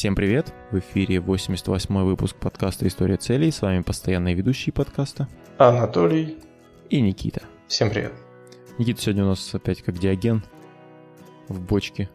Всем привет! В эфире 88-й выпуск подкаста «История целей». С вами постоянные ведущие подкаста Анатолий и Никита. Всем привет. Никита сегодня у нас опять как Диоген в бочке.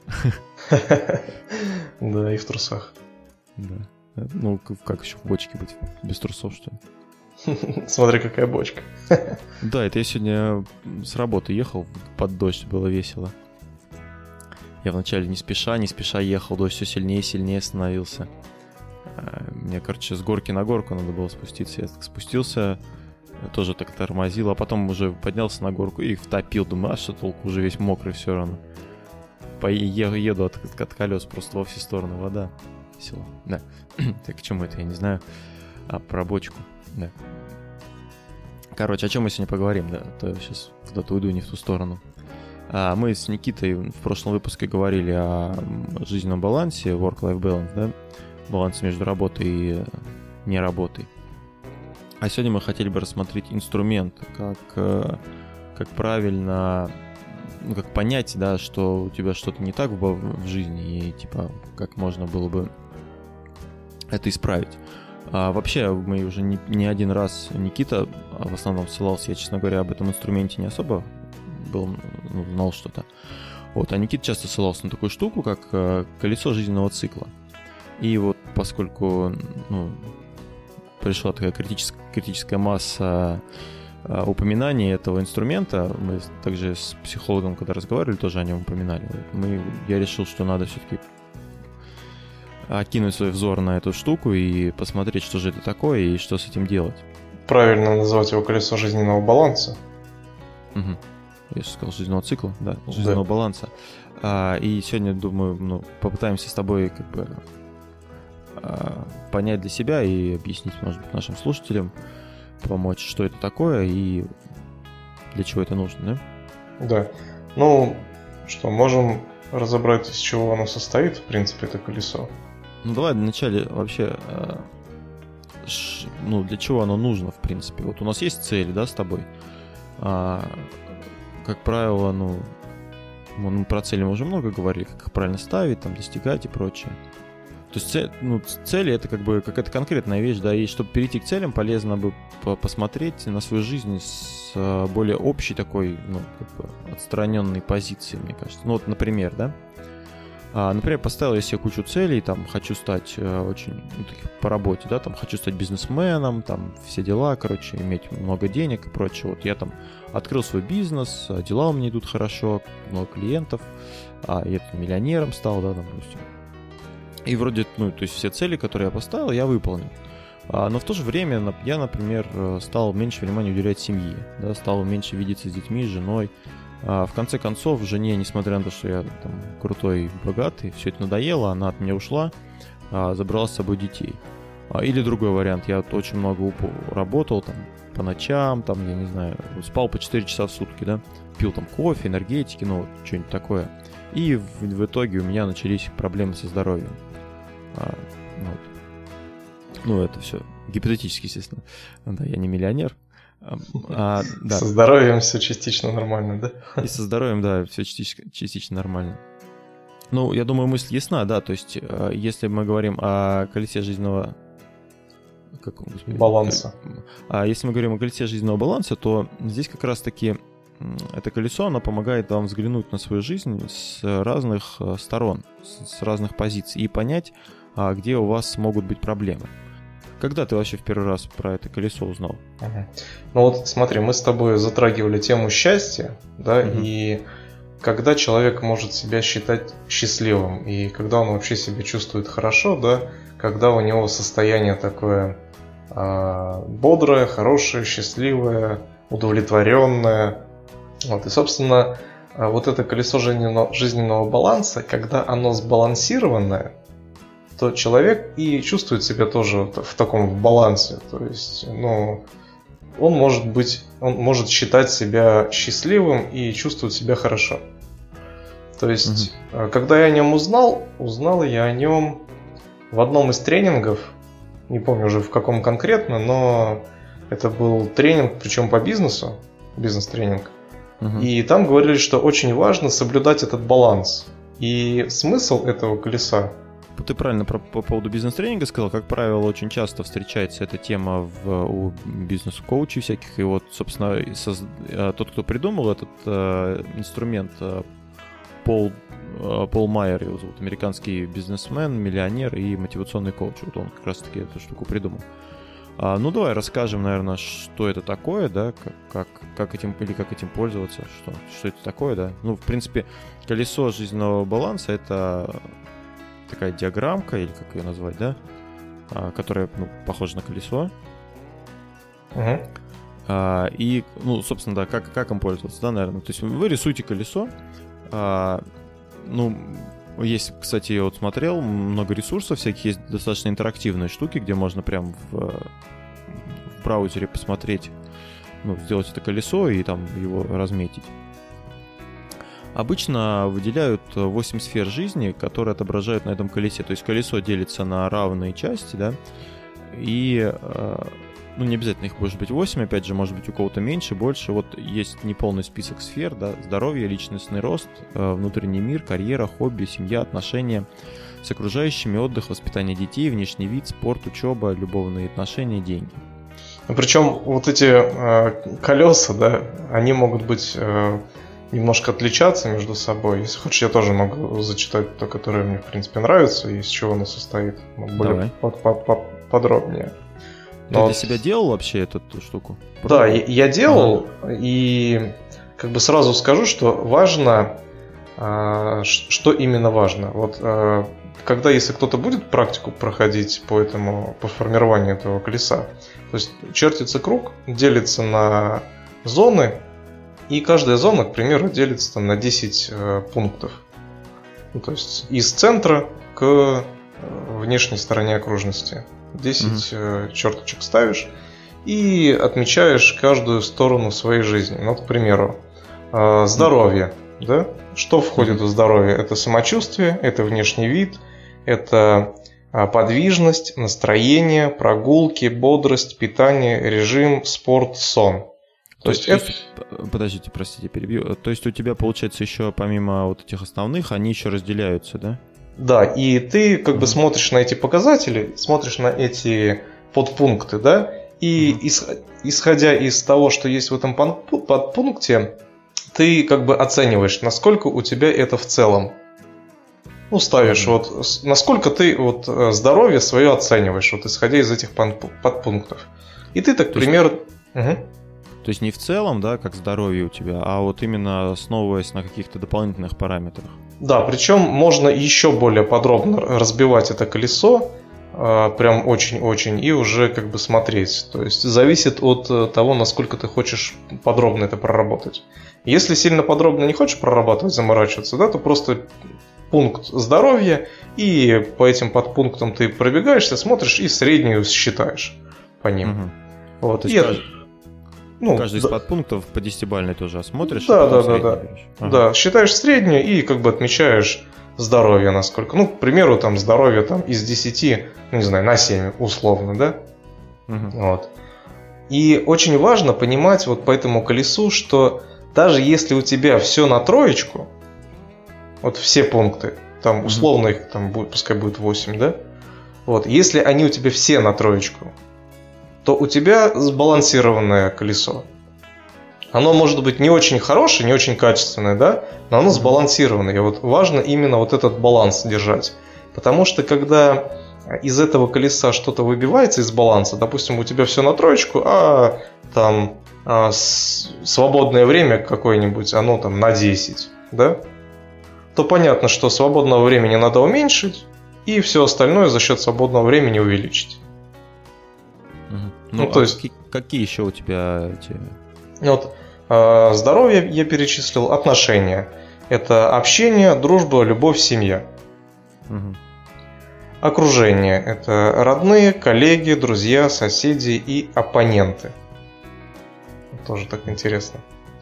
Да, и в трусах. Да. Ну, как еще в бочке быть? Без трусов, что ли? Смотри, какая бочка. Да, это я сегодня с работы ехал, под дождь, было весело. Я вначале не спеша ехал, дождь все сильнее и сильнее становился. Мне, с горки на горку надо было спуститься. Я так спустился, тоже так тормозил, а потом уже поднялся на горку и втопил. Думаю, что толку, уже весь мокрый все равно. Еду от колес просто во все стороны, вода. Весело. Да. Так к чему это, я не знаю. Про бочку. Да. Короче, о чем мы сегодня поговорим, да? То я сейчас куда-то уйду не в ту сторону. Мы с Никитой в прошлом выпуске говорили о жизненном балансе, work-life balance, да? Балансе между работой и неработой. А сегодня мы хотели бы рассмотреть инструмент, как правильно, как понять, да, что у тебя что-то не так в жизни, и типа как можно было бы это исправить. Вообще, мы уже не один раз, Никита в основном ссылался, я, честно говоря, об этом инструменте не особо знал что-то. Вот, а Никита часто ссылался на такую штуку, как колесо жизненного цикла. И вот поскольку пришла такая критическая масса упоминаний этого инструмента, мы также с психологом, когда разговаривали, тоже о нем упоминали. Я решил, что надо все-таки окинуть свой взор на эту штуку и посмотреть, что же это такое и что с этим делать. Правильно называть его колесо жизненного баланса. Угу. Я же сказал жизненного цикла, да, жизненного баланса. И сегодня, думаю, попытаемся с тобой как бы понять для себя и объяснить, может быть, нашим слушателям, помочь, что это такое и для чего это нужно, да? Да. Можем разобрать, из чего оно состоит, в принципе, это колесо. Давай вначале вообще, для чего оно нужно, в принципе. Вот у нас есть цели, да, с тобой. Как правило, мы про цели мы уже много говорили, как их правильно ставить, там, достигать и прочее. То есть цели — это как бы какая-то конкретная вещь, да, и чтобы перейти к целям, полезно бы посмотреть на свою жизнь с более общей такой, отстраненной позиции, мне кажется. Например, да, например, поставил я себе кучу целей, там, хочу стать очень, по работе, да, там, хочу стать бизнесменом, там, все дела, иметь много денег и прочее. Вот я там открыл свой бизнес, дела у меня идут хорошо, много клиентов, я миллионером стал, да, допустим. И вроде, то есть все цели, которые я поставил, я выполнил. Но в то же время я, например, стал меньше внимания уделять семье, да, стал меньше видеться с детьми, с женой. В конце концов, жене, несмотря на то, что я там крутой, богатый, все это надоело, она от меня ушла, забрала с собой детей. Или другой вариант, я очень много работал там по ночам, там, я не знаю, спал по 4 часа в сутки, да, пил там кофе, энергетики, что-нибудь такое. И в итоге у меня начались проблемы со здоровьем. Это все гипотетически, естественно. Да, я не миллионер. Да. Со здоровьем все частично нормально, да? И со здоровьем, да, все частично нормально. Я думаю, мысль ясна, да, то есть, если мы говорим о колесе жизненного баланса. Если мы говорим о колесе жизненного баланса, то здесь как раз-таки это колесо, оно помогает вам взглянуть на свою жизнь с разных сторон, с разных позиций и понять, где у вас могут быть проблемы. Когда ты вообще в первый раз про это колесо узнал? Смотри, мы с тобой затрагивали тему счастья, да, и когда человек может себя считать счастливым, и когда он вообще себя чувствует хорошо, да, когда у него состояние такое бодрое, хорошее, счастливое, удовлетворенное. И, собственно, вот это колесо жизненного баланса, когда оно сбалансированное, то человек и чувствует себя тоже в таком балансе. То есть, он может считать себя счастливым и чувствовать себя хорошо. То есть, когда я о нем узнал я о нем в одном из тренингов, не помню уже в каком конкретно, но это был тренинг, причем по бизнесу, бизнес-тренинг. И там говорили, что очень важно соблюдать этот баланс. И смысл этого колеса ты правильно по поводу бизнес-тренинга сказал. Как правило, очень часто встречается эта тема у бизнес-коучей всяких. И вот, собственно, тот, кто придумал этот инструмент, Пол Майер его зовут, американский бизнесмен, миллионер и мотивационный коуч. Вот он как раз-таки эту штуку придумал. Ну, давай расскажем, наверное, что это такое, да, как этим пользоваться, что это такое, да. Ну, в принципе, колесо жизненного баланса — это такая диаграммка, или как ее назвать, да, которая, похожа на колесо. И, собственно, да, как им пользоваться, да, наверное. То есть вы рисуете колесо. Есть, кстати, я вот смотрел, много ресурсов всяких, есть достаточно интерактивные штуки, где можно прям в браузере посмотреть, сделать это колесо и там его разметить. Обычно выделяют 8 сфер жизни, которые отображают на этом колесе. То есть колесо делится на равные части, да, и не обязательно их может быть 8, опять же, может быть у кого-то меньше, больше. Вот есть неполный список сфер, да, здоровье, личностный рост, внутренний мир, карьера, хобби, семья, отношения с окружающими, отдых, воспитание детей, внешний вид, спорт, учеба, любовные отношения, деньги. Причем вот эти колеса, да, они могут быть немножко отличаться между собой. Если хочешь, я тоже могу зачитать то, которое мне, в принципе, нравится, и из чего оно состоит, более подробнее. Ты для себя делал вообще эту штуку? Да, я делал, и как бы сразу скажу, что важно, что именно важно. Вот если кто-то будет практику проходить по формированию этого колеса, то есть чертится круг, делится на зоны, и каждая зона, к примеру, делится там на 10 пунктов. То есть из центра к внешней стороне окружности. 10 черточек ставишь и отмечаешь каждую сторону своей жизни. Ну, к примеру, здоровье. Да? Что входит в здоровье? Это самочувствие, это внешний вид, это подвижность, настроение, прогулки, бодрость, питание, режим, спорт, сон. Подождите, простите, перебью. То есть у тебя, получается, еще помимо вот этих основных, они еще разделяются, да? Да, и ты как бы смотришь на эти показатели, смотришь на эти подпункты, да, и исходя из того, что есть в этом подпункте, ты как бы оцениваешь, насколько у тебя это в целом. Ставишь, насколько ты здоровье свое оцениваешь, исходя из этих подпунктов. И ты так, к примеру... То есть не в целом, да, как здоровье у тебя, а вот именно основываясь на каких-то дополнительных параметрах. Да, причем можно еще более подробно разбивать это колесо, прям очень-очень, и уже как бы смотреть. То есть зависит от того, насколько ты хочешь подробно это проработать. Если сильно подробно не хочешь прорабатывать, заморачиваться, да, то просто пункт здоровья, и по этим подпунктам ты пробегаешься, смотришь и среднюю считаешь по ним. Вот, то есть каждый из подпунктов по 10-бальной тоже осмотришь. Да, считаешь среднюю и как бы отмечаешь здоровье насколько. К примеру, там здоровье там, из 10, на 7 условно, да? Вот. И очень важно понимать по этому колесу, что даже если у тебя все на 3, все пункты, там условно их там будет, пускай будет 8, да? Если они у тебя все на 3, то у тебя сбалансированное колесо. Оно может быть не очень хорошее, не очень качественное, да, но оно сбалансированное. И важно именно этот баланс держать. Потому что когда из этого колеса что-то выбивается из баланса, допустим, у тебя все на 3, а там свободное время какое-нибудь, оно там на 10, да, то понятно, что свободного времени надо уменьшить, и все остальное за счет свободного времени увеличить. То есть какие еще у тебя эти... Здоровье я перечислил, отношения. Это общение, дружба, любовь, семья. Окружение. Это родные, коллеги, друзья, соседи и оппоненты. Тоже так интересно.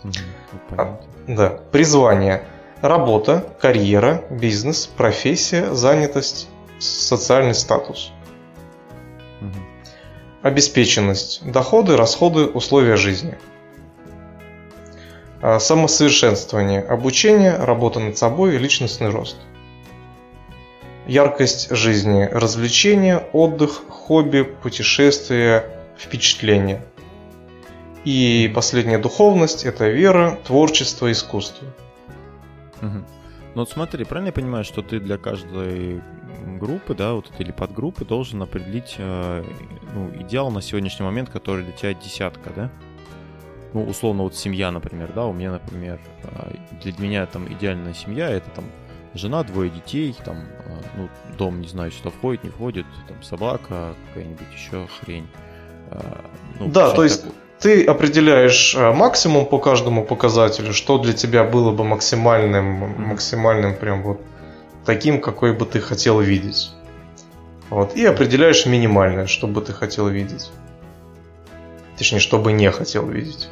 Призвание. Работа, карьера, бизнес, профессия, занятость, социальный статус. Обеспеченность. Доходы, расходы, условия жизни. Самосовершенствование. Обучение, работа над собой и личностный рост. яркость жизни, развлечения, отдых, хобби, путешествия, впечатления. И последняя духовность – это вера, творчество, искусство. Угу. Ну вот смотри, правильно я понимаю, что ты для каждой группы, да, вот или подгруппы должен определить идеал на сегодняшний момент, который для тебя десятка, да? Ну, условно, вот семья, например, да, у меня, например, для меня там идеальная семья – это там жена, 2 детей, там, дом, не знаю, сюда входит, не входит, там, собака, какая-нибудь еще хрень. Да, то есть ты определяешь максимум по каждому показателю, что для тебя было бы максимальным прям вот таким, какой бы ты хотел видеть. Вот, и определяешь минимальное, что бы ты хотел видеть. Точнее, что бы не хотел видеть.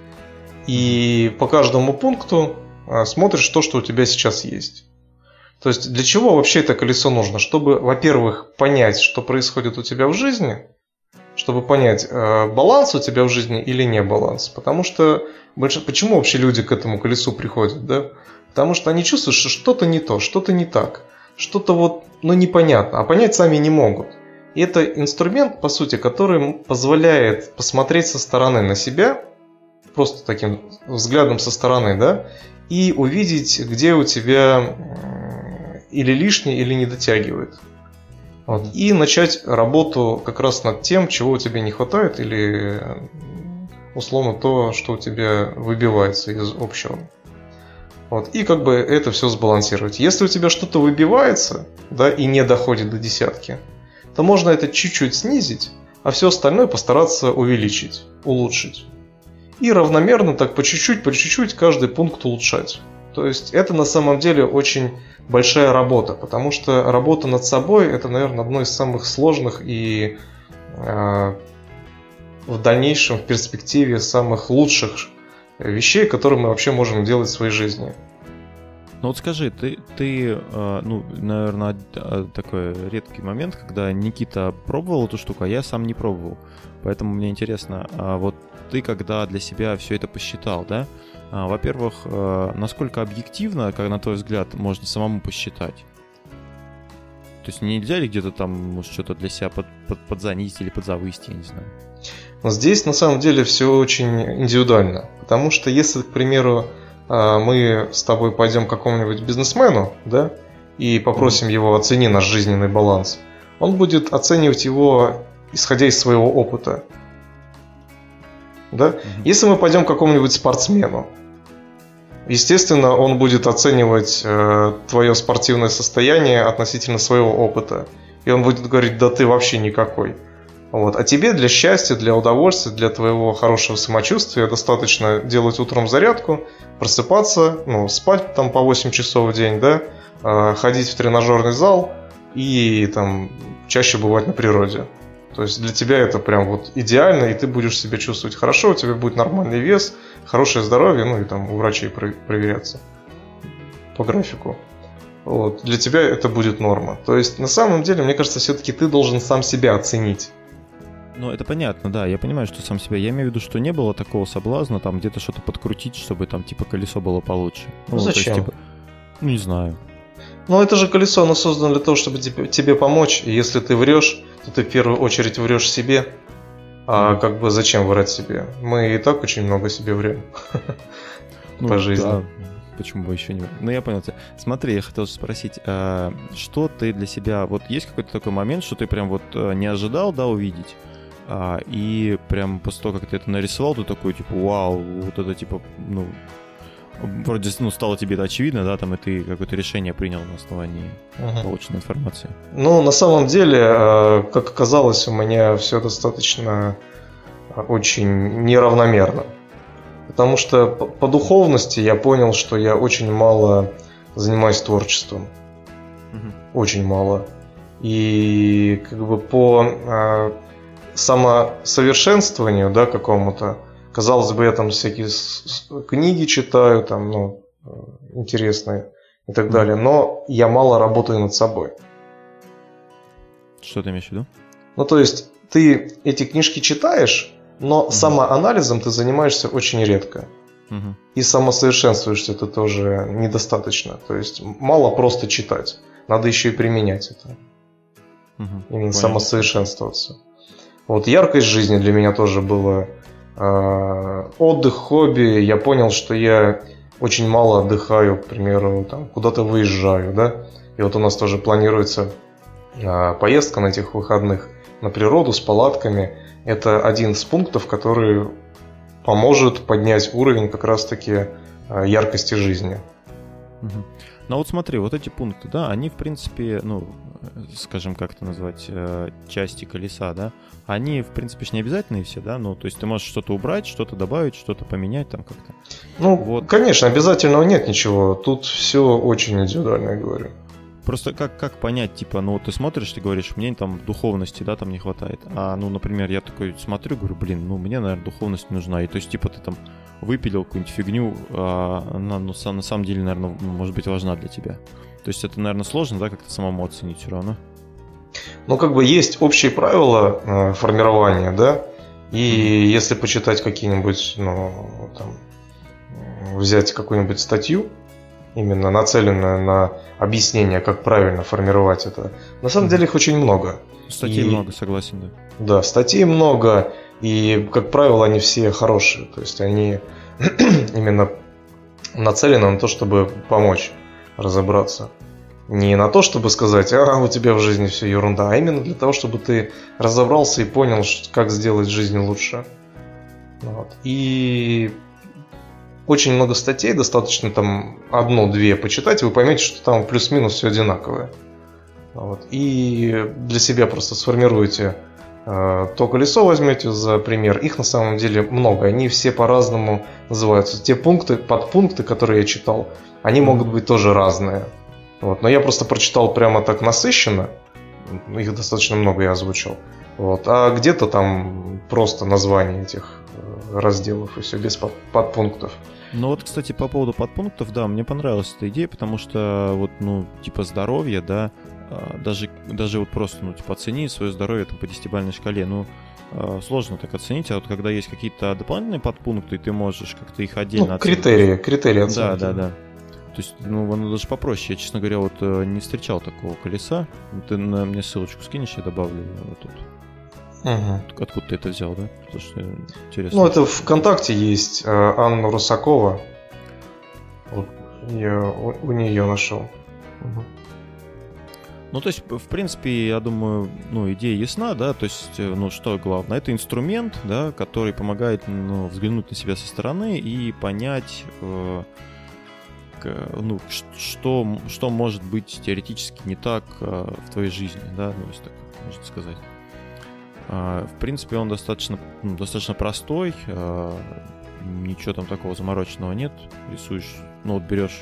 И по каждому пункту смотришь то, что у тебя сейчас есть. То есть для чего вообще это колесо нужно? Чтобы, во-первых, понять, что происходит у тебя в жизни, чтобы понять, баланс у тебя в жизни или не баланс. Потому что почему вообще люди к этому колесу приходят, да? Потому что они чувствуют, что что-то не то, что-то не так, что-то вот, непонятно, а понять сами не могут. И это инструмент, по сути, который позволяет посмотреть со стороны на себя, просто таким взглядом со стороны, да, и увидеть, где у тебя или лишнее, или не дотягивает. Вот. И начать работу как раз над тем, чего у тебя не хватает, или условно то, что у тебя выбивается из общего. Вот. И как бы это все сбалансировать. Если у тебя что-то выбивается, да, и не доходит до десятки, то можно это чуть-чуть снизить, а все остальное постараться увеличить, улучшить. И равномерно так по чуть-чуть каждый пункт улучшать. То есть это на самом деле очень большая работа, потому что работа над собой – это, наверное, одно из самых сложных и в дальнейшем, в перспективе, самых лучших вещей, которые мы вообще можем делать в своей жизни. Ну вот скажи, ты наверное, такой редкий момент, когда Никита пробовал эту штуку, а я сам не пробовал. Поэтому мне интересно, вот ты когда для себя все это посчитал, да? Во-первых, насколько объективно, как на твой взгляд, можно самому посчитать? То есть нельзя ли где-то там, может, что-то для себя подзанизить или подзавысить, я не знаю? Но здесь на самом деле все очень индивидуально. Потому что если, к примеру, мы с тобой пойдем к какому-нибудь бизнесмену, да, и попросим его оцени наш жизненный баланс, он будет оценивать его, исходя из своего опыта. Да? Если мы пойдем к какому-нибудь спортсмену, естественно, он будет оценивать твое спортивное состояние относительно своего опыта. И он будет говорить, да ты вообще никакой. Вот. А тебе для счастья, для удовольствия, для твоего хорошего самочувствия достаточно делать утром зарядку, просыпаться, спать там по 8 часов в день, да, ходить в тренажерный зал и там чаще бывать на природе. То есть для тебя это прям вот идеально, и ты будешь себя чувствовать хорошо, у тебя будет нормальный вес, хорошее здоровье, и там у врачей проверяться по графику. Вот. Для тебя это будет норма. То есть на самом деле, мне кажется, все-таки ты должен сам себя оценить. Ну, это понятно, да, я понимаю, что сам себя. Я имею в виду, что не было такого соблазна там где-то что-то подкрутить, чтобы там типа колесо было получше. Зачем? То есть, не знаю. Ну, это же колесо, оно создано для того, чтобы тебе помочь. И если ты врешь, то ты в первую очередь врешь себе. А как бы зачем врать себе? Мы и так очень много себе врем по жизни. Да. Почему бы еще не... Ну, я понял тебя. Смотри, я хотел спросить, что ты для себя... Вот есть какой-то такой момент, что ты прям вот не ожидал, да, увидеть? И прям после того, как ты это нарисовал, ты такой, типа, вау, вот это, типа, вроде, стало тебе это очевидно, да, там, и ты какое-то решение принял на основании полученной информации. Ну, на самом деле, как оказалось, у меня все достаточно очень неравномерно. Потому что по духовности я понял, что я очень мало занимаюсь творчеством. Очень мало. И как бы по самосовершенствованию, да, какому-то, казалось бы, я там всякие книги читаю, там, интересные и так далее, но я мало работаю над собой. Что ты имеешь в виду? Ну, то есть, ты эти книжки читаешь, но самоанализом ты занимаешься очень редко. И самосовершенствуешься ты тоже недостаточно. То есть мало просто читать. надо еще и применять это. Именно Понял. Самосовершенствоваться. Вот яркость жизни для меня тоже была отдых, хобби. Я понял, что я очень мало отдыхаю, к примеру, там, куда-то выезжаю, да. И вот у нас тоже планируется поездка на этих выходных на природу с палатками. Это один из пунктов, который поможет поднять уровень как раз-таки яркости жизни. Ну вот смотри, вот эти пункты, да, они в принципе, ну, скажем, как это назвать, части колеса, да, они в принципе ж не обязательные все, да, ну, то есть ты можешь что-то убрать, что-то добавить, что-то поменять там как-то. Ну, вот. Конечно, обязательного нет ничего, тут все очень индивидуально, я говорю. Просто как понять, типа, ну, вот ты смотришь, ты говоришь, мне там духовности, да, там не хватает, а, ну, например, я такой смотрю, говорю, блин, ну, мне, наверное, духовность нужна, и то есть, типа, ты там выпилил какую-нибудь фигню, она, ну, на самом деле, наверное, может быть важна для тебя. То есть это, наверное, сложно, да, как-то самому оценить все равно. Ну, как бы есть общие правила формирования, да, и если почитать какие-нибудь, ну, там, взять какую-нибудь статью, именно нацеленную на объяснение, как правильно формировать это, на самом деле их очень много. Статей много, согласен, да. Да, статей много, и, как правило, они все хорошие, то есть они именно нацелены на то, чтобы помочь разобраться. Не на то, чтобы сказать, у тебя в жизни все ерунда, а именно для того, чтобы ты разобрался и понял, как сделать жизнь лучше. Вот. И очень много статей, достаточно там 1-2 почитать, и вы поймете, что там плюс-минус все одинаковое. Вот. И для себя просто сформируете то колесо, возьмете за пример. Их на самом деле много, они все по-разному называются. Те пункты, подпункты, которые я читал, они могут быть тоже разные. Вот. Но я просто прочитал прямо так насыщенно, их достаточно много я озвучил. Вот. А где-то там просто название этих разделов и все, без подпунктов. Ну вот, кстати, по поводу подпунктов, да, мне понравилась эта идея, потому что вот, ну, типа здоровье, да, даже вот просто, ну, типа оцени свое здоровье там, по 10-бальной шкале, ну, сложно так оценить, а вот когда есть какие-то дополнительные подпункты, ты можешь как-то их отдельно оценить. Критерии оценки. Да. То есть, ну, оно даже попроще. Я, честно говоря, вот не встречал такого колеса. Ты мне ссылочку скинешь, я добавлю вот тут. Угу. Откуда ты это взял, да? Потому что интересно. Ну, это в ВКонтакте есть Анна Русакова. Вот я у нее нашел. Угу. Ну, то есть, в принципе, я думаю, ну, идея ясна, да, то есть, ну, что главное, это инструмент, да, который помогает, ну, взглянуть на себя со стороны и понять, ну, что может быть теоретически не так в твоей жизни, да, ну, если так можно сказать. В принципе, он достаточно простой, ничего там такого замороченного нет. Рисуешь, ну, вот берешь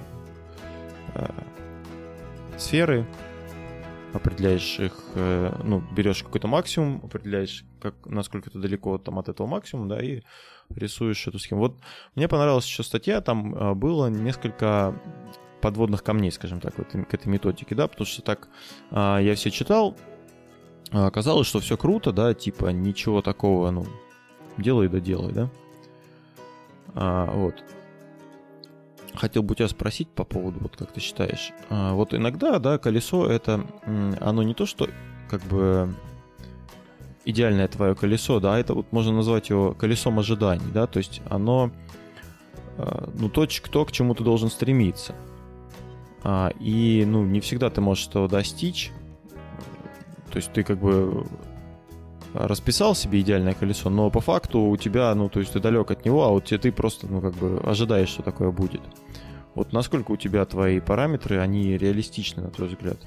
сферы, определяешь их, ну, берешь какой-то максимум, определяешь, насколько ты далеко там от этого максимума, да, и рисуешь эту схему. Вот мне понравилась еще статья, там было несколько подводных камней, скажем так, вот, к этой методике, да, потому что так я все читал, оказалось, что все круто, да, типа ничего такого, ну, делай да делай, да. Вот. Хотел бы у тебя спросить по поводу, вот как ты считаешь, вот иногда, да, колесо это, оно не то, что как бы идеальное твое колесо, да, это вот можно назвать его колесом ожиданий, да, то есть оно, ну, то, к чему ты должен стремиться. И, ну, не всегда ты можешь этого достичь, то есть ты как бы расписал себе идеальное колесо, но по факту у тебя, ну, то есть ты далек от него, а вот ты просто, ну, как бы ожидаешь, что такое будет. Вот насколько у тебя твои параметры, они реалистичны, на твой взгляд?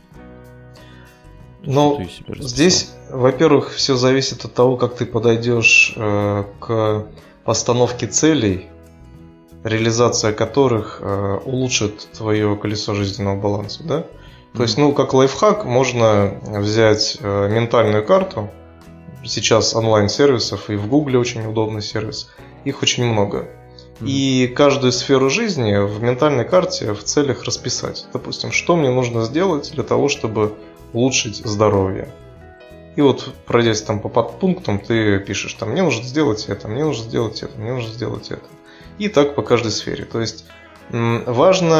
Ну, здесь, во-первых, все зависит от того, как ты подойдешь к постановке целей, реализация которых улучшит твое колесо жизненного баланса, да? То есть, ну, как лайфхак, можно взять ментальную карту. Сейчас онлайн-сервисов, и в Гугле очень удобный сервис. Их очень много. И каждую сферу жизни в ментальной карте в целях расписать. Допустим, что мне нужно сделать для того, чтобы улучшить здоровье. И вот, пройдясь там по подпунктам, ты пишешь, там, мне нужно сделать это, мне нужно сделать это, мне нужно сделать это. И так по каждой сфере. То есть важно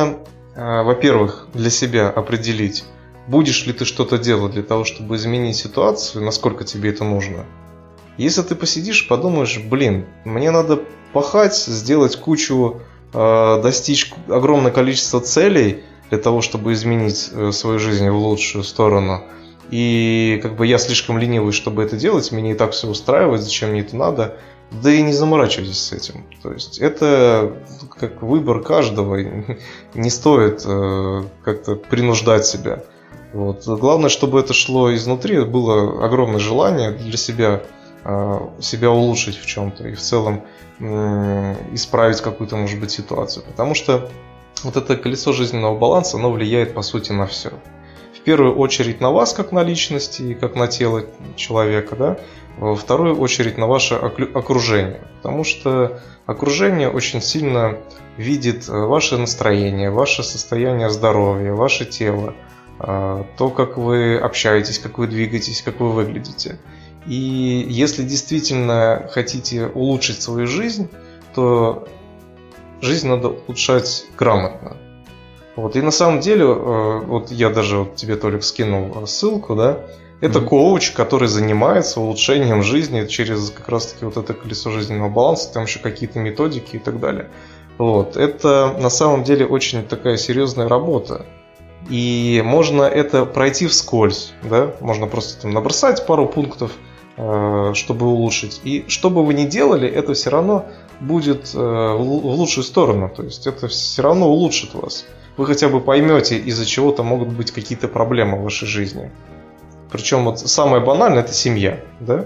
во-первых, для себя определить, будешь ли ты что-то делать для того, чтобы изменить ситуацию, насколько тебе это нужно. Если ты посидишь, подумаешь, мне надо пахать, сделать кучу, достичь огромное количество целей для того, чтобы изменить свою жизнь в лучшую сторону. И я слишком ленивый, чтобы это делать, меня и так все устраивает, зачем мне это надо. Да и не заморачивайтесь с этим. То есть это как выбор каждого, не стоит как-то принуждать себя. Вот. Главное, чтобы это шло изнутри, было огромное желание для себя улучшить в чем-то и в целом исправить какую-то, может быть, ситуацию. Потому что вот это колесо жизненного баланса, оно влияет, по сути, на все. В первую очередь на вас, как на личности и как на тело человека, да? Во вторую очередь на ваше окружение. Потому что окружение очень сильно видит ваше настроение, ваше состояние здоровья, ваше тело, то, как вы общаетесь, как вы двигаетесь, как вы выглядите. И если действительно хотите улучшить свою жизнь, то жизнь надо улучшать грамотно. Вот. И на самом деле, вот я даже тебе, Толик, скинул ссылку, да, это коуч, который занимается улучшением жизни через как раз-таки вот это колесо жизненного баланса, там еще какие-то методики и так далее. Вот. Это на самом деле очень такая серьезная работа. И можно это пройти вскользь, да? Можно просто там набросать пару пунктов, чтобы улучшить. И что бы вы ни делали, это все равно будет в лучшую сторону. То есть это все равно улучшит вас. Вы хотя бы поймете, из-за чего-то могут быть какие-то проблемы в вашей жизни. Причем вот самое банальное — это семья, да?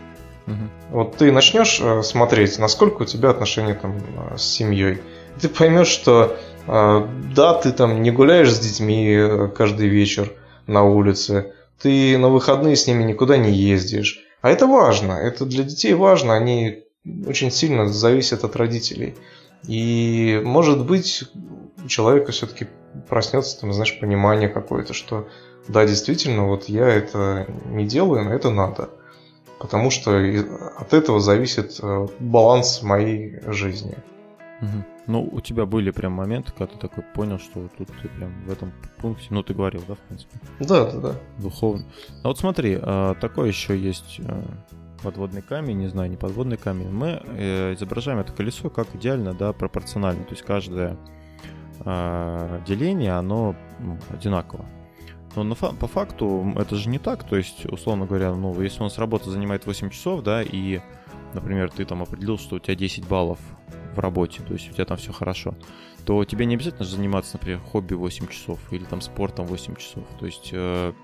Вот ты начнешь смотреть, насколько у тебя отношения там с семьей. Ты поймешь, что да, ты там не гуляешь с детьми каждый вечер на улице, ты на выходные с ними никуда не ездишь. А это важно, это для детей важно, они очень сильно зависят от родителей. И может быть у человека все-таки проснется там, знаешь, понимание какое-то, что да, действительно, вот я это не делаю, но это надо. Потому что от этого зависит баланс моей жизни. Ну, у тебя были прям моменты, когда ты такой понял, что вот тут ты прям в этом пункте, ну, ты говорил, да, в принципе? Да. Духовно. А вот смотри, такой еще есть подводный камень, не знаю, не подводный камень. Мы изображаем это колесо как идеально, да, пропорционально. То есть каждое деление, оно одинаково. Но по факту это же не так. То есть, условно говоря, ну, если у нас работа занимает 8 часов, да, и, например, ты там определил, что у тебя 10 баллов в работе, то есть у тебя там все хорошо, то тебе не обязательно заниматься, например, хобби 8 часов или там спортом 8 часов. То есть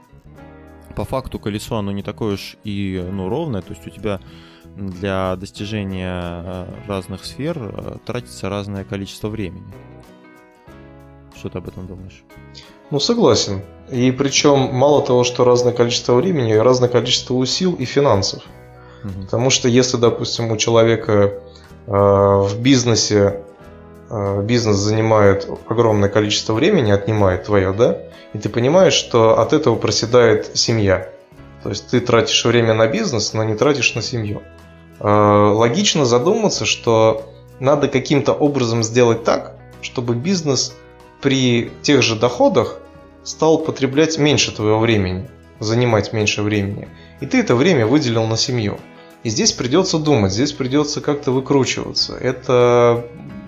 по факту колесо, оно не такое уж и ровное, то есть у тебя для достижения разных сфер тратится разное количество времени. Что ты об этом думаешь? Ну, согласен. И причем мало того, что разное количество времени, разное количество сил и финансов. Потому что если, допустим, у человека в бизнесе бизнес занимает огромное количество времени, отнимает твое, да, и ты понимаешь, что от этого проседает семья. То есть ты тратишь время на бизнес, но не тратишь на семью. Логично задуматься, что надо каким-то образом сделать так, чтобы бизнес при тех же доходах стал потреблять меньше твоего времени, занимать меньше времени. И ты это время выделил на семью. И здесь придется думать, здесь придется как-то выкручиваться. Это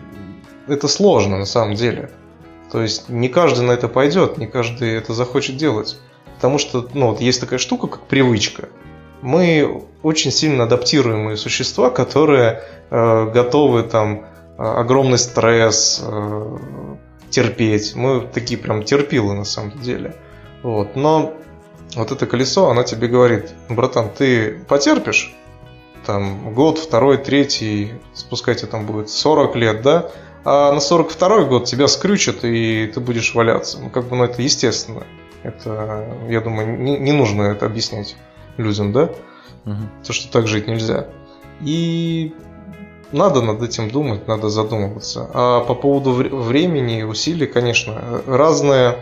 сложно на самом деле. То есть не каждый на это пойдет, не каждый это захочет делать. Потому что вот есть такая штука, как привычка. Мы очень сильно адаптируемые существа, которые готовы там огромный стресс терпеть. Мы такие прям терпилы на самом деле. Вот. Но вот это колесо, оно тебе говорит: братан, ты потерпишь там год, второй, третий, спускай тебе там будет 40 лет, да? А на 42-й год тебя скрючат, и ты будешь валяться. Это естественно. Это, я думаю, не нужно это объяснять людям, да? То, что так жить нельзя. И надо над этим думать, надо задумываться. А по поводу времени и усилий, конечно, разные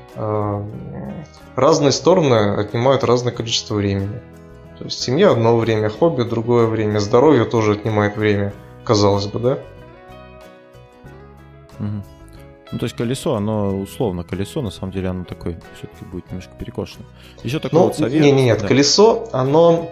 стороны отнимают разное количество времени. То есть семья одно время, хобби другое время, здоровье тоже отнимает время, казалось бы, да? Ну, то есть колесо, оно условно колесо, на самом деле оно такое все-таки будет немножко перекошено. Еще такой вот совет. Нет, да. Колесо, оно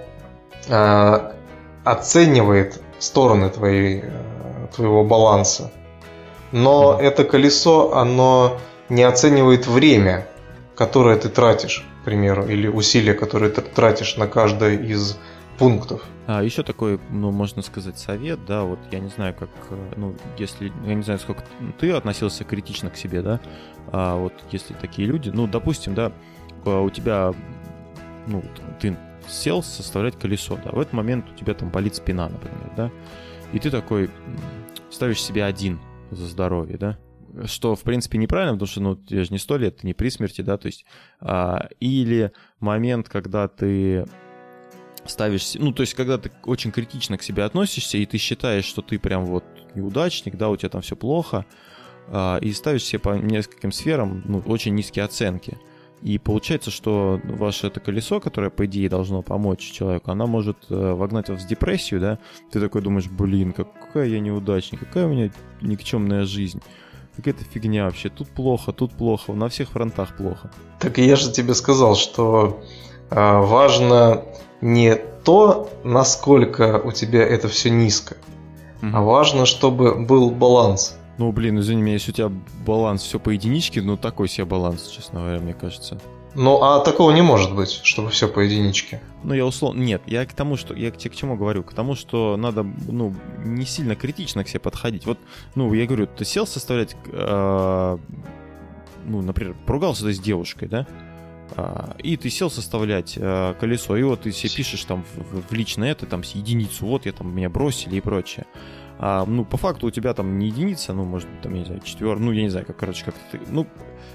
оценивает стороны твоего баланса. Но это колесо, оно не оценивает время, которое ты тратишь, к примеру, или усилия, которые ты тратишь на каждое из пунктов. А еще такой, ну, можно сказать, совет, да, вот я не знаю, как, ну, если, я не знаю, сколько ты относился критично к себе, да, а вот если такие люди, ну, допустим, да, у тебя, ну, ты сел составлять колесо, да, в этот момент у тебя там болит спина, например, да, и ты такой ставишь себе 1 за здоровье, да, что, в принципе, неправильно, потому что, ну, тебе же не 100 лет, ты не при смерти, да, то есть, или момент, когда ты ставишь, ну, то есть, когда ты очень критично к себе относишься, и ты считаешь, что ты прям вот неудачник, да, у тебя там все плохо, и ставишь себе по нескольким сферам, ну, очень низкие оценки. И получается, что ваше это колесо, которое, по идее, должно помочь человеку, она может вогнать вас в депрессию, да, ты такой думаешь, блин, какая я неудачник, какая у меня никчемная жизнь. Какая-то фигня вообще. Тут плохо, на всех фронтах плохо. Так я же тебе сказал, что важно не то, насколько у тебя это все низко, а важно, чтобы был баланс. Ну, блин, извини меня, если у тебя баланс все по единичке, ну, такой себе баланс, честно говоря, мне кажется. Ну, а такого не может быть, чтобы все по единичке. Ну, я условно... Нет, я к тому, что... Я к чему говорю? К тому, что надо, ну, не сильно критично к себе подходить. Вот, ну, я говорю, ты сел составлять... ну, например, поругался ты с девушкой, да? И ты сел составлять колесо, и вот ты себе пишешь там в личное это, там, с единицу, вот я там, меня бросили и прочее. Ну, по факту у тебя там не единица, ну, может быть, там, я не знаю, 4, ну, я не знаю, как ты... Ну,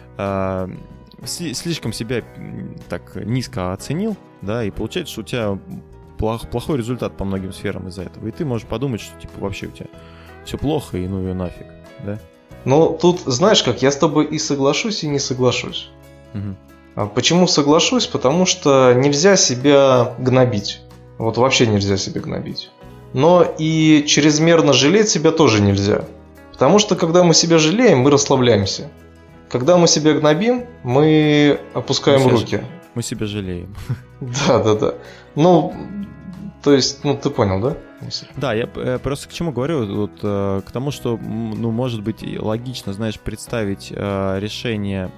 слишком себя так низко оценил, да, и получается, что у тебя плохой результат по многим сферам из-за этого. И ты можешь подумать, что типа вообще у тебя все плохо, и ну и нафиг, да? Ну, тут, знаешь как, я с тобой и соглашусь, и не соглашусь. Почему соглашусь? Потому что нельзя себя гнобить. Вот вообще нельзя себя гнобить. Но и чрезмерно жалеть себя тоже нельзя. Потому что когда мы себя жалеем, мы расслабляемся. Когда мы себя гнобим, мы опускаем руки. Мы себя жалеем. Да. Ну, то есть, ну, ты понял, да? Да, я просто к чему говорю, вот к тому, что, ну, может быть, логично, знаешь, представить решение,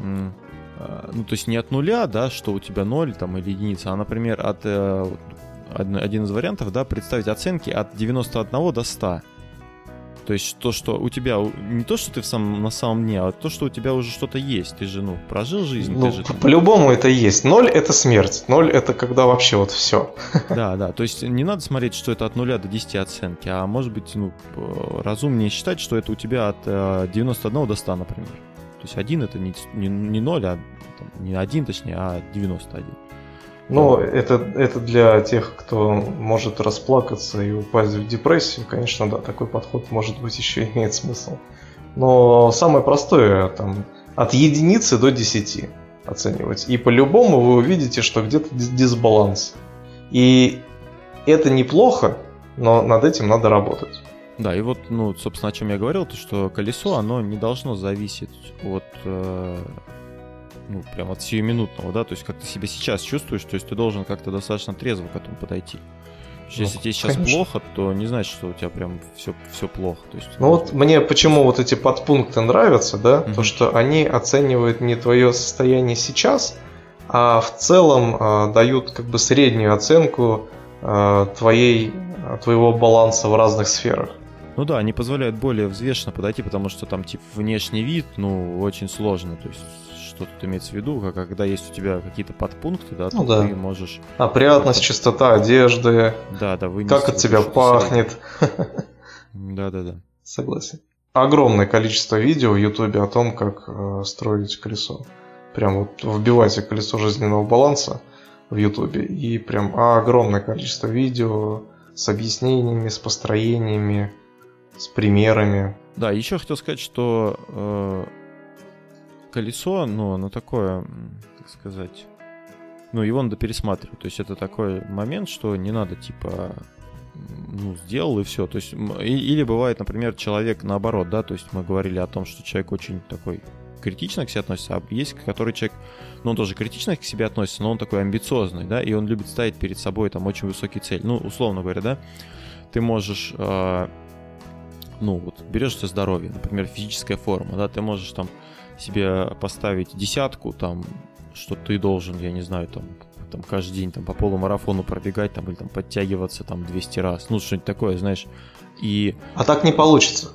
ну, то есть не от нуля, да, что у тебя 0 там, или единица, а, например, один из вариантов, да, представить оценки от 91 до 100. То есть то, что у тебя, не то, что ты на самом дне, а то, что у тебя уже что-то есть. Ты же, ну, прожил жизнь. Ну, ты же, по-любому это есть. 0 это смерть. 0 это когда вообще вот все. Да. То есть не надо смотреть, что это от 0 до 10 оценки, а может быть, ну, разумнее считать, что это у тебя от 91 до 100, например. То есть 1 это не 0, а там, не 1, точнее, а 91. Ну, это для тех, кто может расплакаться и упасть в депрессию, конечно, да, такой подход, может быть, еще имеет смысл. Но самое простое, там, от единицы до 10 оценивать. И по-любому вы увидите, что где-то дисбаланс. И это неплохо, но над этим надо работать. Да, и вот, ну, собственно, о чем я говорил, то, что колесо, оно не должно зависеть от... ну, прям от сиюминутного, да, то есть как ты себя сейчас чувствуешь, то есть ты должен как-то достаточно трезво к этому подойти. Если тебе сейчас плохо, то не значит, что у тебя прям все плохо. То есть, ну вот мне почему вот эти подпункты нравятся, да, то что они оценивают не твое состояние сейчас, а в целом дают как бы среднюю оценку твоего баланса в разных сферах. Ну да, они позволяют более взвешенно подойти, потому что там типа внешний вид, ну, очень сложно, то есть что тут имеется в виду, когда есть у тебя какие-то подпункты, да, ну, то да. ты можешь... Опрятность, чистота одежды, да, как от тебя пахнет. Да. Согласен. Огромное количество видео в Ютубе о том, как строить колесо. Прям вот вбивайте колесо жизненного баланса в Ютубе, и прям огромное количество видео с объяснениями, с построениями, с примерами. Да, еще хотел сказать, что колесо, ну, оно такое, как сказать, ну, его надо пересматривать. То есть это такой момент, что не надо, типа, сделал и все. То есть, или бывает, например, человек наоборот, да, то есть мы говорили о том, что человек очень такой критично к себе относится, а есть который человек, он тоже критично к себе относится, но он такой амбициозный, да, и он любит ставить перед собой там очень высокие цели. Условно говоря, да, ты можешь, берешь себе здоровье, например, физическая форма, да, ты можешь там себе поставить 10, там, что ты должен, я не знаю, там каждый день там по полумарафону пробегать, там, или там подтягиваться там 200 раз, что-нибудь такое, знаешь, и... А так не получится.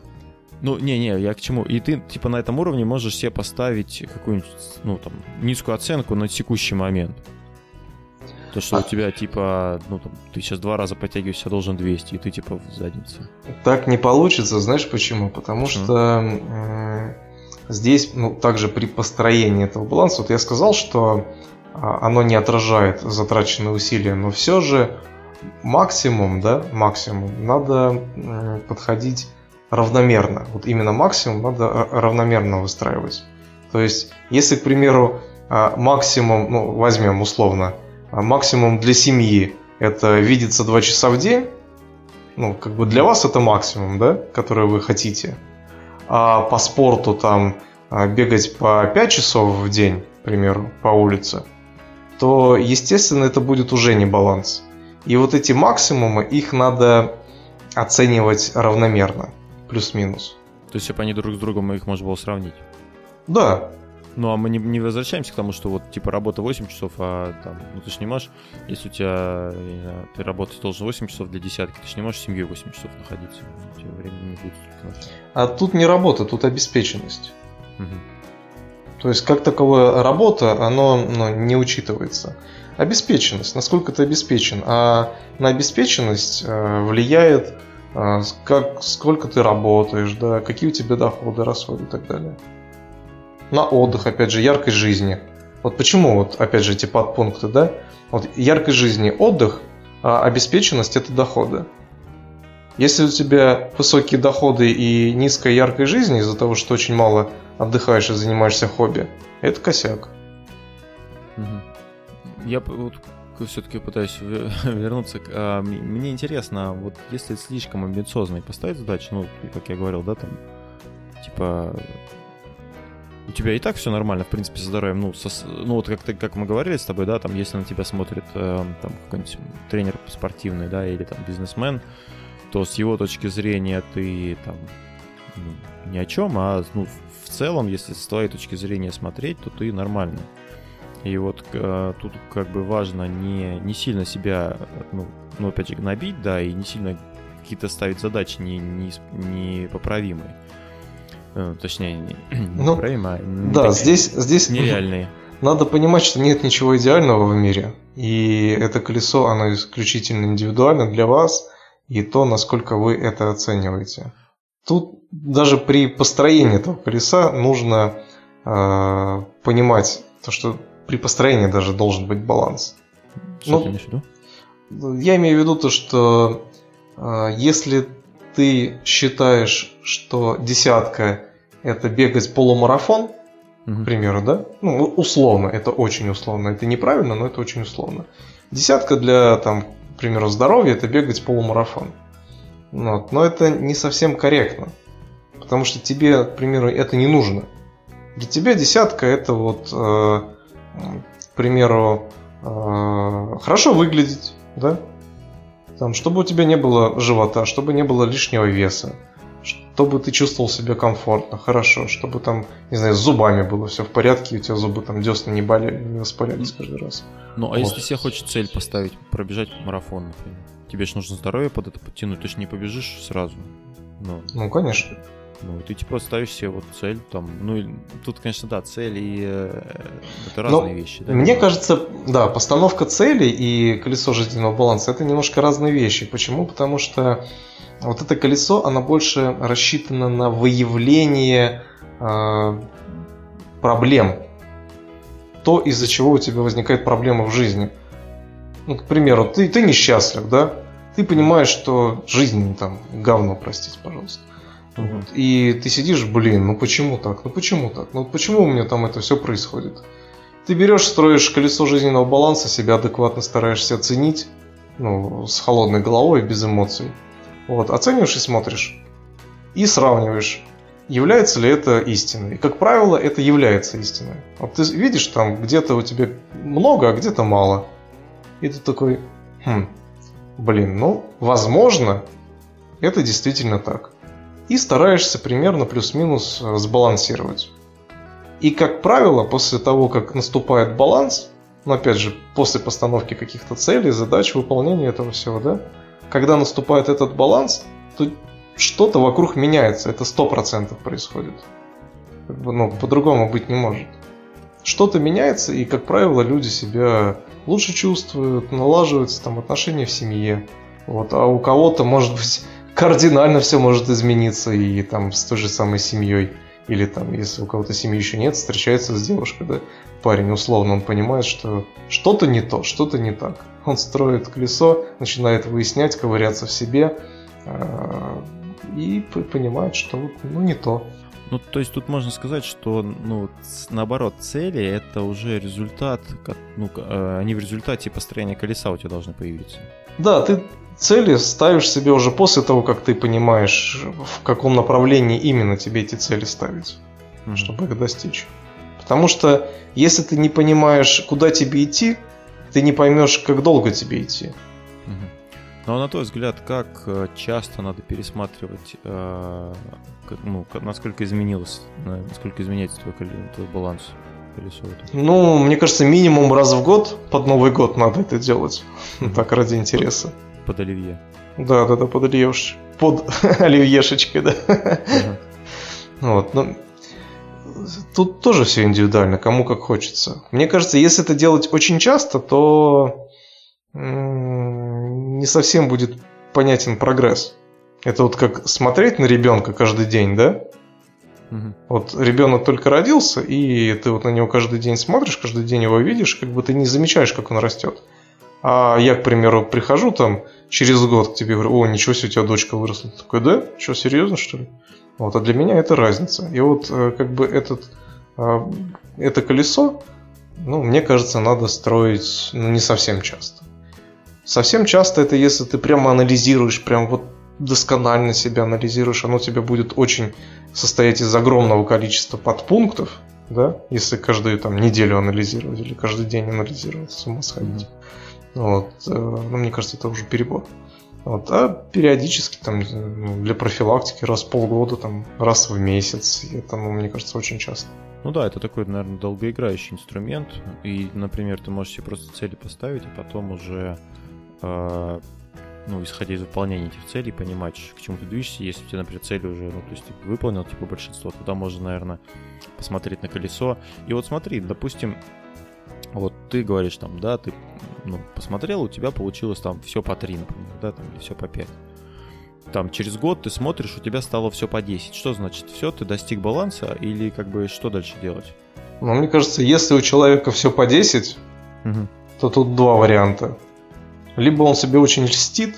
Я к чему? И ты, типа, на этом уровне можешь себе поставить какую-нибудь, низкую оценку на текущий момент. То, что у тебя, типа, ты сейчас 2 раза подтягиваешься, должен 200, и ты, типа, в заднице. Так не получится, знаешь почему? Потому что здесь, также при построении этого баланса, вот я сказал, что оно не отражает затраченные усилия, но все же максимум надо подходить равномерно. Вот именно максимум надо равномерно выстраивать. То есть, если, к примеру, максимум, возьмем условно, максимум для семьи это видеться 2 часа в день, для вас это максимум, да, который вы хотите. А по спорту там бегать по 5 часов в день, к примеру, по улице, то, естественно, это будет уже не баланс. И вот эти максимумы, их надо оценивать равномерно, плюс-минус. То есть, если бы они друг с другом, их можно было сравнить? Да. А мы не возвращаемся к тому, что вот, типа, работа 8 часов, а там, ты же не можешь, если у тебя, ты работать должен 8 часов для десятки, ты же не можешь с семьей 8 часов находиться, у тебя времени не будет столько. А тут не работа, тут обеспеченность. Угу. То есть, как таковая работа, оно не учитывается. Обеспеченность, насколько ты обеспечен. А на обеспеченность влияет, сколько ты работаешь, да, какие у тебя доходы, расходы и так далее. На отдых, опять же, яркость жизни. Вот почему, опять же, эти подпункты, да? Вот яркость жизни, отдых, а обеспеченность – это доходы. Если у тебя высокие доходы и низкая яркость жизни из-за того, что очень мало отдыхаешь и занимаешься хобби, это косяк. Я вот все-таки пытаюсь вернуться. Мне интересно, вот если слишком амбициозно поставить задачу, как я говорил, да, там, типа, у тебя и так все нормально, в принципе, со здоровьем, как мы говорили с тобой, да, там, если на тебя смотрит там какой-нибудь тренер спортивный, да, или там бизнесмен, то с его точки зрения ты там ни о чем, а в целом, если с твоей точки зрения смотреть, то ты нормальный. И вот тут как бы важно не сильно себя, опять же, гнобить, да, и не сильно какие-то ставить задачи непоправимые. Точнее, непоправимые, да, здесь нереальные. Надо понимать, что нет ничего идеального в мире. И это колесо, оно исключительно индивидуально для вас, и то, насколько вы это оцениваете. Тут даже при построении этого колеса нужно понимать то, что при построении даже должен быть баланс. Что ты имеешь в виду? Я имею в виду то, что если ты считаешь, что десятка это бегать полумарафон, к примеру, да? Условно, это очень условно. Это неправильно, но это очень условно. Десятка для, там, к примеру, здоровья это бегать полумарафон. Но это не совсем корректно. Потому что тебе, к примеру, это не нужно. Для тебя десятка это вот, к примеру, хорошо выглядеть, да? Там, чтобы у тебя не было живота, чтобы не было лишнего веса, чтобы ты чувствовал себя комфортно, хорошо, чтобы там, не знаю, с зубами было все в порядке, у тебя зубы там десны не болели, не воспалялись каждый раз. Если себе хочешь цель поставить, пробежать марафон, например, тебе же нужно здоровье под это подтянуть, ты же не побежишь сразу. Конечно. Ты типа ставишь себе вот цель, там, тут, конечно, да, цель и это разные вещи. Да? Мне кажется, да, постановка цели и колесо жизненного баланса это немножко разные вещи. Почему? Потому что вот это колесо, оно больше рассчитано на выявление проблем. То, из-за чего у тебя возникает проблема в жизни. К примеру, ты несчастлив, да? Ты понимаешь, что жизнь там говно, простите, пожалуйста. И ты сидишь, почему так? Почему так? Почему у меня там это все происходит? Ты берешь, строишь колесо жизненного баланса, себя адекватно стараешься оценить, с холодной головой, без эмоций. Вот, оцениваешь и смотришь. И сравниваешь, является ли это истиной. И, как правило, это является истиной. Вот ты видишь, там где-то у тебя много, а где-то мало. И ты такой, возможно, это действительно так. И стараешься примерно плюс-минус сбалансировать. И, как правило, после того, как наступает баланс, опять же, после постановки каких-то целей, задач, выполнения этого всего, да, когда наступает этот баланс, то что-то вокруг меняется, это 100% происходит. По-другому быть не может. Что-то меняется, и, как правило, люди себя лучше чувствуют, налаживаются там отношения в семье. Вот. А у кого-то, может быть, кардинально все может измениться и там с той же самой семьей. Или там, если у кого-то семьи еще нет, встречается с девушкой, да, парень условно, он понимает, что что-то не то, что-то не так. Он строит колесо, начинает выяснять, ковыряться в себе и понимает, что не то. То есть тут можно сказать, что, наоборот, цели — это уже результат, они в результате построения колеса у тебя должны появиться. Да, ты цели ставишь себе уже после того, как ты понимаешь, в каком направлении именно тебе эти цели ставить, чтобы их достичь. Потому что, если ты не понимаешь, куда тебе идти, ты не поймешь, как долго тебе идти. Ну, а на твой взгляд, как часто надо пересматривать, насколько изменяется твой баланс? Мне кажется, минимум раз в год, под Новый год надо это делать. Так, ради интереса. Под оливье. Да, под оливьешечкой. Под оливьешечкой, да. Тут тоже все индивидуально, кому как хочется. Мне кажется, если это делать очень часто, то не совсем будет понятен прогресс. Это вот как смотреть на ребенка каждый день, да? Вот ребенок только родился, и ты вот на него каждый день смотришь, каждый день его видишь, как бы ты не замечаешь, как он растет. А я, к примеру, прихожу там через год к тебе и говорю: ничего себе, у тебя дочка выросла. Ты такой: да? Что, серьезно, что ли? Вот, а для меня это разница. И вот как бы это колесо, мне кажется, надо строить не совсем часто. Совсем часто это если ты прямо анализируешь, прям вот досконально себя анализируешь, оно у тебя будет очень состоять из огромного количества подпунктов, да, если каждую там неделю анализировать или каждый день анализировать, с ума сходить. Мне кажется, это уже перебор. А периодически там для профилактики раз в полгода, там, раз в месяц, это, мне кажется, очень часто. Это такой, наверное, долгоиграющий инструмент. И, например, ты можешь себе просто цели поставить, а потом уже, исходя из выполнения этих целей, понимать, к чему ты движешься. Если у тебя, например, цели уже, то есть ты выполнил большинство, тогда можно, наверное, посмотреть на колесо. И вот смотри, допустим, вот ты говоришь там, да, ты посмотрел, у тебя получилось там все по 3, например, да, там, или все по 5. Там через год ты смотришь, у тебя стало все по 10. Что значит все, ты достиг баланса, или как бы что дальше делать? Мне кажется, если у человека все по 10, то тут два варианта. Либо он себе очень льстит,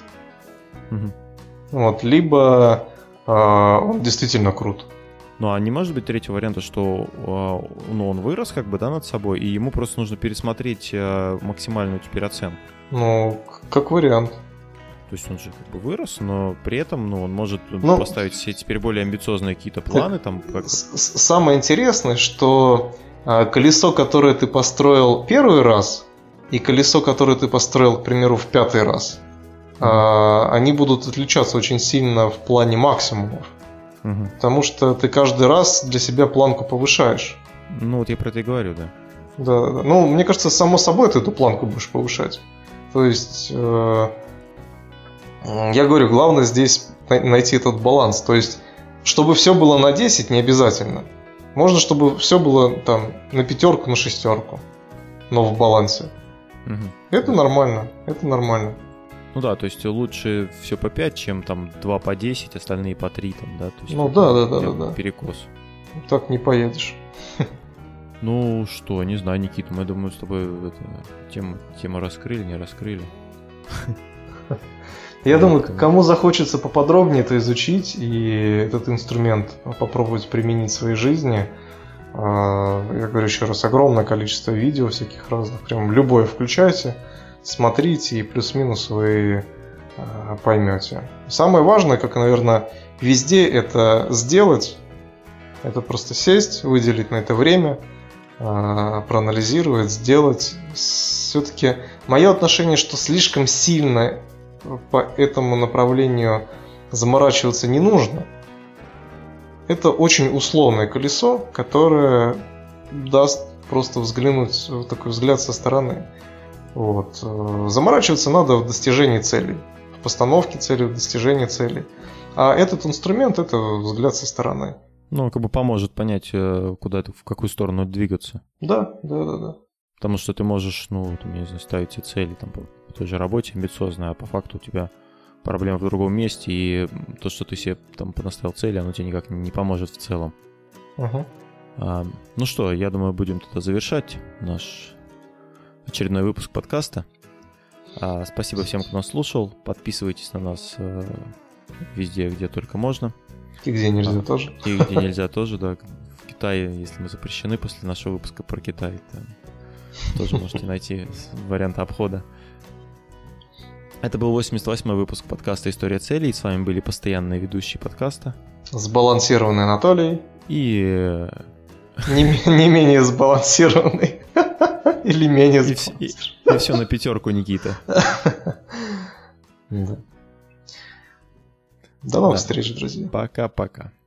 либо он действительно крут. А не может быть третьего варианта, что он вырос как бы, да, над собой, и ему просто нужно пересмотреть максимальную теперь оценку? Как вариант. То есть он же как бы вырос, но при этом он может поставить себе теперь более амбициозные какие-то планы. Самое интересное, что колесо, которое ты построил первый раз, и колесо, которое ты построил, к примеру, в 5-й раз, они будут отличаться очень сильно в плане максимумов. Потому что ты каждый раз для себя планку повышаешь. Я про это и говорю, да. Да. Мне кажется, само собой ты эту планку будешь повышать. То есть, я говорю, главное здесь найти этот баланс. То есть, чтобы все было на 10, не обязательно. Можно, чтобы все было там на 5, на 6, но в балансе. Это нормально, это нормально. То есть лучше все по 5, чем там 2 по 10, остальные по 3, там, да? То есть, да. Перекос. Так не поедешь. Не знаю, Никита, мы, думаю, с тобой тему раскрыли, не раскрыли. Я думаю, кому захочется поподробнее это изучить и этот инструмент попробовать применить в своей жизни, я говорю еще раз, огромное количество видео всяких разных, прям любое включайте. смотрите, и плюс-минус вы поймете. Самое важное, как, наверное, везде, это сделать. Это просто сесть, выделить на это время, проанализировать, сделать. Все-таки мое отношение, что слишком сильно по этому направлению заморачиваться не нужно. Это очень условное колесо, которое даст просто взглянуть, такой взгляд со стороны. Вот. Заморачиваться надо в достижении целей, в постановке целей, в достижении целей. А этот инструмент – это взгляд со стороны. Ну, он как бы поможет понять, куда в какую сторону двигаться. Да. Потому что ты можешь, ну, там, я не знаю, ставить себе цели там, по той же работе амбициозной, а по факту у тебя проблема в другом месте, и то, что ты себе там понаставил цели, оно тебе никак не поможет в целом. Угу. Ну что, я думаю, будем тогда завершать наш очередной выпуск подкаста. Спасибо всем, кто нас слушал. Подписывайтесь на нас везде, где только можно. И где нельзя тоже. И где нельзя тоже, да. В Китае, если мы запрещены после нашего выпуска про Китай, там тоже можете найти варианты обхода. Это был 88-й выпуск подкаста «История целей». И с вами были постоянные ведущие подкаста. Сбалансированный Анатолий. И... Не менее сбалансированный. Или менее сбалансированный. И все на пятерку, Никита. До новых встреч, друзья. Пока-пока.